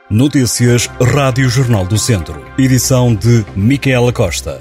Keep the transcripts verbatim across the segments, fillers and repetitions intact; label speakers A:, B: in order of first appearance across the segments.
A: Notícias Rádio Jornal do Centro. Edição de Micaela Costa.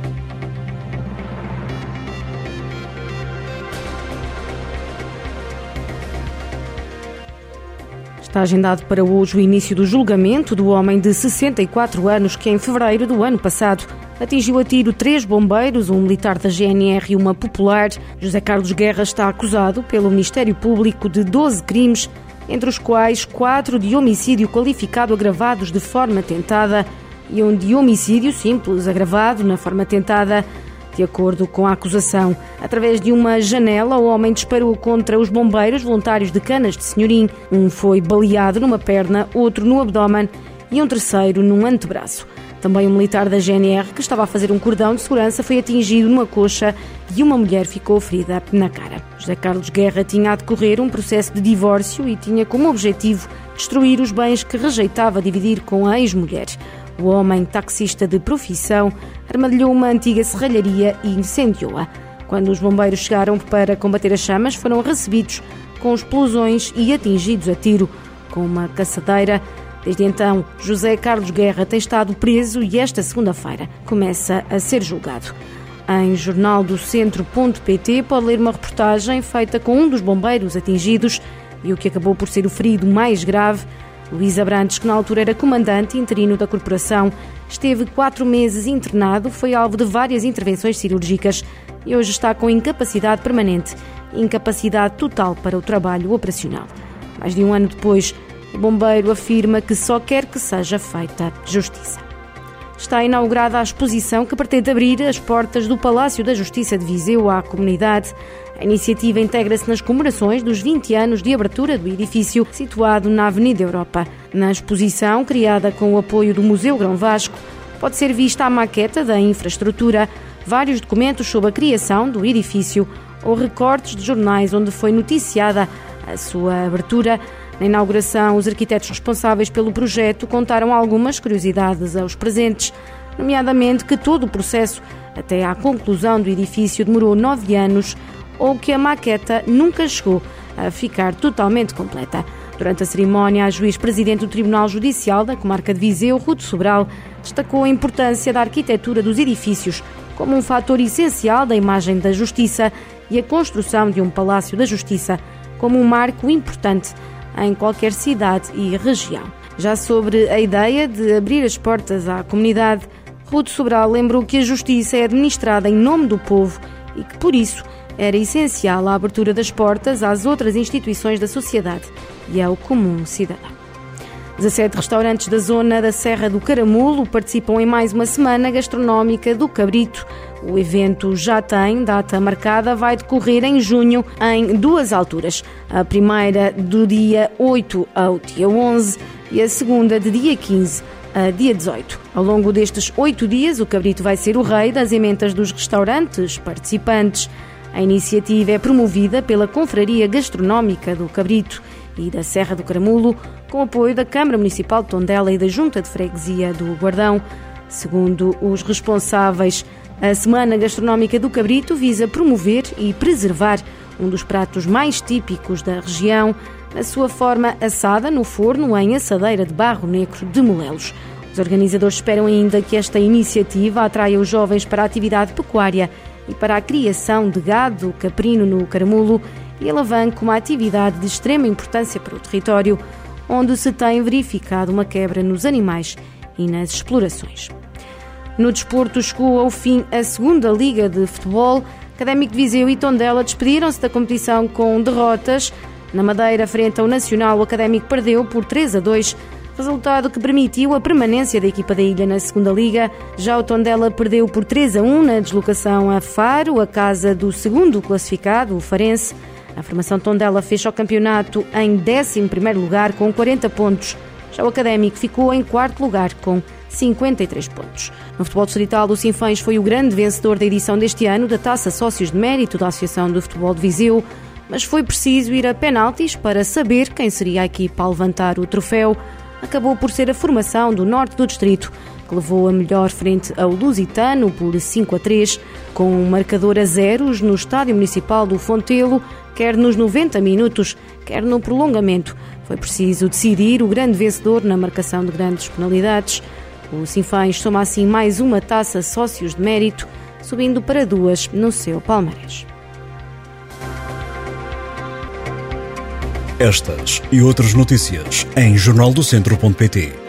B: Está agendado para hoje o início do julgamento do homem de sessenta e quatro anos que, em fevereiro do ano passado, atingiu a tiro três bombeiros, um militar da G N R e uma popular. José Carlos Guerra está acusado pelo Ministério Público de doze crimes, entre os quais quatro de homicídio qualificado agravados de forma tentada e um de homicídio simples agravado na forma tentada. De acordo com a acusação, através de uma janela, o homem disparou contra os bombeiros voluntários de Canas de Senhorim. Um foi baleado numa perna, outro no abdômen e um terceiro num antebraço. Também um militar da G N R, que estava a fazer um cordão de segurança, foi atingido numa coxa e uma mulher ficou ferida na cara. José Carlos Guerra tinha a decorrer um processo de divórcio e tinha como objetivo destruir os bens que rejeitava dividir com a ex-mulher. O homem, taxista de profissão, armadilhou uma antiga serralharia e incendiou-a. Quando os bombeiros chegaram para combater as chamas, foram recebidos com explosões e atingidos a tiro com uma caçadeira. Desde então, José Carlos Guerra tem estado preso e esta segunda-feira começa a ser julgado. Em jornal do centro ponto pt pode ler uma reportagem feita com um dos bombeiros atingidos e o que acabou por ser o ferido mais grave. Luís Abrantes, que na altura era comandante interino da corporação, esteve quatro meses internado, foi alvo de várias intervenções cirúrgicas e hoje está com incapacidade permanente e incapacidade total para o trabalho operacional. Mais de um ano depois, o bombeiro afirma que só quer que seja feita justiça. Está inaugurada a exposição que pretende abrir as portas do Palácio da Justiça de Viseu à comunidade. A iniciativa integra-se nas comemorações dos vinte anos de abertura do edifício situado na Avenida Europa. Na exposição, criada com o apoio do Museu Grão Vasco, pode ser vista a maqueta da infraestrutura, vários documentos sobre a criação do edifício ou recortes de jornais onde foi noticiada a sua abertura. Na inauguração, os arquitetos responsáveis pelo projeto contaram algumas curiosidades aos presentes, nomeadamente que todo o processo até à conclusão do edifício demorou nove anos ou que a maqueta nunca chegou a ficar totalmente completa. Durante a cerimónia, a juiz-presidente do Tribunal Judicial da Comarca de Viseu, Ruth Sobral, destacou a importância da arquitetura dos edifícios como um fator essencial da imagem da justiça e a construção de um Palácio da Justiça como um marco importante em qualquer cidade e região. Já sobre a ideia de abrir as portas à comunidade, Ruth Sobral lembrou que a justiça é administrada em nome do povo e que, por isso, era essencial a abertura das portas às outras instituições da sociedade e ao comum cidadão. dezassete restaurantes da zona da Serra do Caramulo participam em mais uma semana gastronómica do Cabrito. O evento já tem data marcada, vai decorrer em junho em duas alturas. A primeira do dia oito ao dia onze e a segunda de dia quinze a dia dezoito. Ao longo destes oito dias, o Cabrito vai ser o rei das emendas dos restaurantes participantes. A iniciativa é promovida pela Confraria Gastronómica do Cabrito e da Serra do Caramulo, com apoio da Câmara Municipal de Tondela e da Junta de Freguesia do Guardão. Segundo os responsáveis, a Semana Gastronómica do Cabrito visa promover e preservar um dos pratos mais típicos da região, na sua forma assada no forno em assadeira de barro negro de Molelos. Os organizadores esperam ainda que esta iniciativa atraia os jovens para a atividade pecuária e para a criação de gado caprino no Caramulo e alavanque uma atividade de extrema importância para o território, onde se tem verificado uma quebra nos animais e nas explorações. No desporto, chegou ao fim a segunda Liga de Futebol. Académico de Viseu e Tondela despediram-se da competição com derrotas. Na Madeira, frente ao Nacional, o Académico perdeu por três a dois, resultado que permitiu a permanência da equipa da Ilha na segunda Liga. Já o Tondela perdeu por três a um na deslocação a Faro, a casa do segundo classificado, o Farense. A formação Tondela fecha o campeonato em décimo primeiro lugar com quarenta pontos. Já o Académico ficou em quarto lugar com cinquenta e três pontos. No futebol distrital, o Sinfãs foi o grande vencedor da edição deste ano da Taça Sócios de Mérito da Associação de Futebol de Viseu, mas foi preciso ir a penaltis para saber quem seria a equipa a levantar o troféu. Acabou por ser a formação do norte do distrito, que levou a melhor frente ao Lusitano por cinco a três, com um marcador a zeros no Estádio Municipal do Fontelo, quer nos noventa minutos, quer no prolongamento. Foi preciso decidir o grande vencedor na marcação de grandes penalidades. O Sinfãs soma assim mais uma taça Sócios de Mérito, subindo para duas no seu palmarés.
A: Estas e outras notícias em jornal do centro ponto pt.